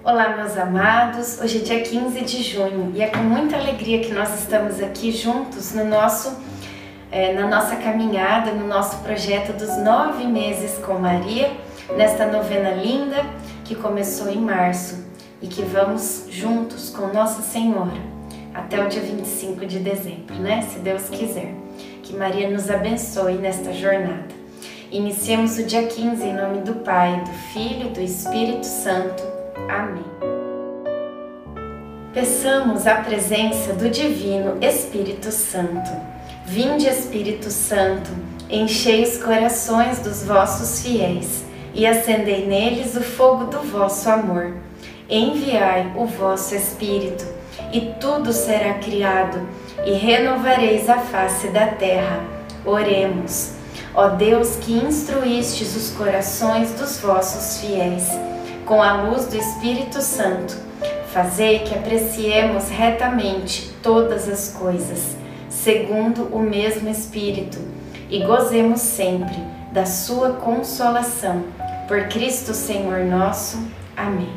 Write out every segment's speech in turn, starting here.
Olá, meus amados, hoje é dia 15 de junho e é com muita alegria que nós estamos aqui juntos na nossa caminhada, no nosso projeto dos 9 meses com Maria, nesta novena linda que começou em março e que vamos juntos com Nossa Senhora até o dia 25 de dezembro, né? Se Deus quiser. Que Maria nos abençoe nesta jornada. Iniciemos o dia 15 em nome do Pai, do Filho e do Espírito Santo. Amém. Peçamos a presença do Divino Espírito Santo. Vinde, Espírito Santo, enchei os corações dos vossos fiéis e acendei neles o fogo do vosso amor. Enviai o vosso Espírito, e tudo será criado, e renovareis a face da terra. Oremos. Ó Deus, que instruístes os corações dos vossos fiéis, com a luz do Espírito Santo, fazei que apreciemos retamente todas as coisas, segundo o mesmo Espírito, e gozemos sempre da sua consolação. Por Cristo Senhor nosso. Amém.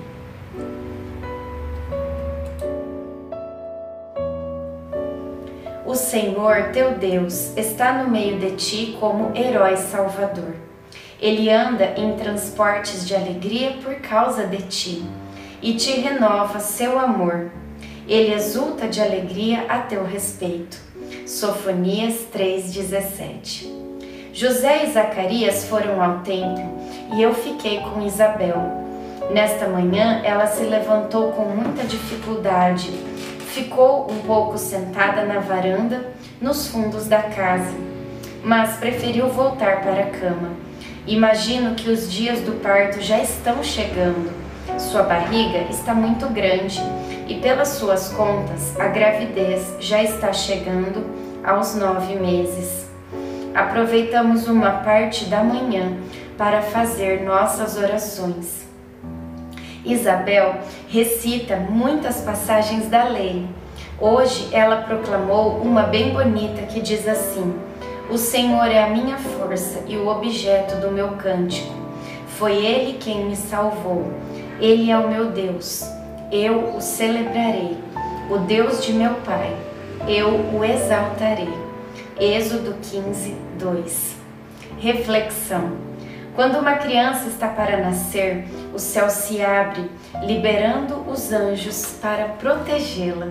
O Senhor teu Deus está no meio de ti como herói salvador. Ele anda em transportes de alegria por causa de ti, e te renova seu amor. Ele exulta de alegria a teu respeito. Sofonias 3,17. José e Zacarias foram ao templo, e eu fiquei com Isabel. Nesta manhã ela se levantou com muita dificuldade. Ficou um pouco sentada na varanda, nos fundos da casa, mas preferiu voltar para a cama. Imagino que os dias do parto já estão chegando. Sua barriga está muito grande e, pelas suas contas, a gravidez já está chegando aos 9 meses. Aproveitamos uma parte da manhã para fazer nossas orações. Isabel recita muitas passagens da lei. Hoje ela proclamou uma bem bonita que diz assim: o Senhor é a minha força e o objeto do meu cântico. Foi Ele quem me salvou. Ele é o meu Deus. Eu o celebrarei. O Deus de meu Pai. Eu o exaltarei. Êxodo 15, 2. Reflexão. Quando uma criança está para nascer, o céu se abre, liberando os anjos para protegê-la.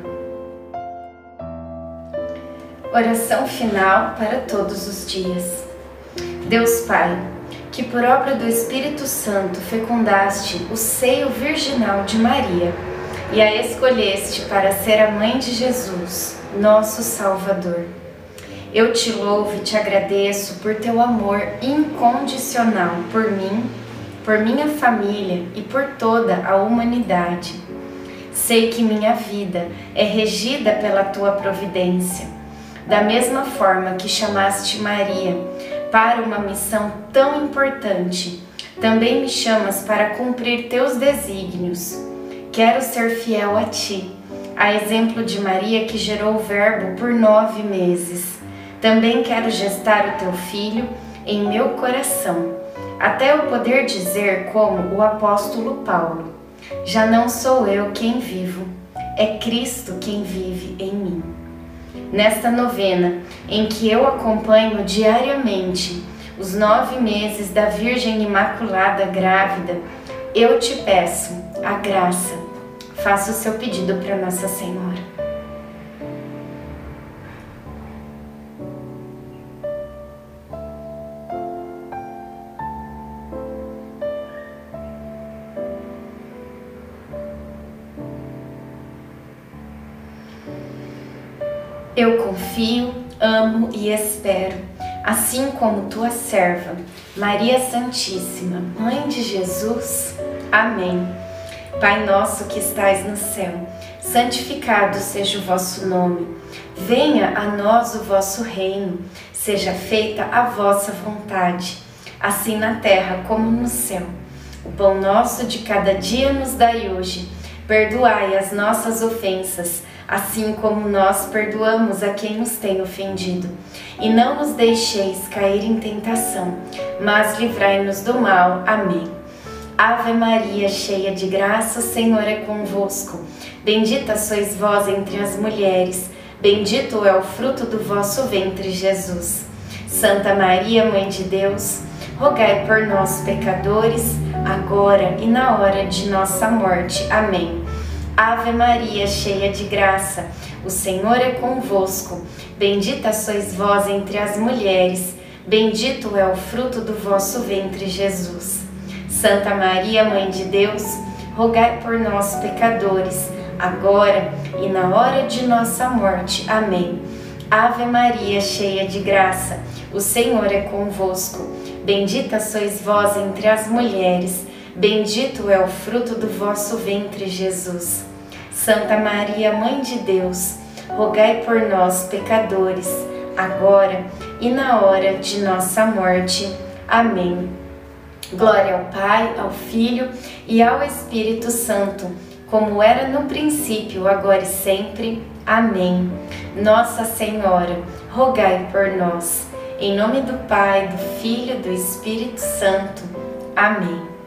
Oração final para todos os dias. Deus Pai, que por obra do Espírito Santo fecundaste o seio virginal de Maria e a escolheste para ser a mãe de Jesus, nosso Salvador. Eu te louvo e te agradeço por teu amor incondicional por mim, por minha família e por toda a humanidade. Sei que minha vida é regida pela tua providência. Da mesma forma que chamaste Maria para uma missão tão importante, também me chamas para cumprir teus desígnios. Quero ser fiel a ti, a exemplo de Maria que gerou o Verbo por 9 meses. Também quero gestar o teu filho em meu coração, até eu poder dizer como o apóstolo Paulo: já não sou eu quem vivo, é Cristo quem vive em mim. Nesta novena, em que eu acompanho diariamente os 9 meses da Virgem Imaculada grávida, eu te peço a graça. Faça o seu pedido para Nossa Senhora. Eu confio, amo e espero, assim como tua serva, Maria Santíssima, Mãe de Jesus. Amém. Pai nosso que estais no céu, santificado seja o vosso nome. Venha a nós o vosso reino, seja feita a vossa vontade, assim na terra como no céu. O pão nosso de cada dia nos dai hoje. Perdoai as nossas ofensas, assim como nós perdoamos a quem nos tem ofendido. E não nos deixeis cair em tentação, mas livrai-nos do mal. Amém. Ave Maria, cheia de graça, o Senhor é convosco. Bendita sois vós entre as mulheres, bendito é o fruto do vosso ventre, Jesus. Santa Maria, Mãe de Deus, rogai por nós, pecadores, agora e na hora de nossa morte. Amém. Ave Maria, cheia de graça, o Senhor é convosco. Bendita sois vós entre as mulheres, bendito é o fruto do vosso ventre, Jesus. Santa Maria, Mãe de Deus, rogai por nós, pecadores, agora e na hora de nossa morte. Amém. Ave Maria, cheia de graça, o Senhor é convosco. Bendita sois vós entre as mulheres, bendito é o fruto do vosso ventre, Jesus. Santa Maria, Mãe de Deus, rogai por nós, pecadores, agora e na hora de nossa morte. Amém. Glória ao Pai, ao Filho e ao Espírito Santo, como era no princípio, agora e sempre. Amém. Nossa Senhora, rogai por nós. Em nome do Pai, do Filho e do Espírito Santo. Amém.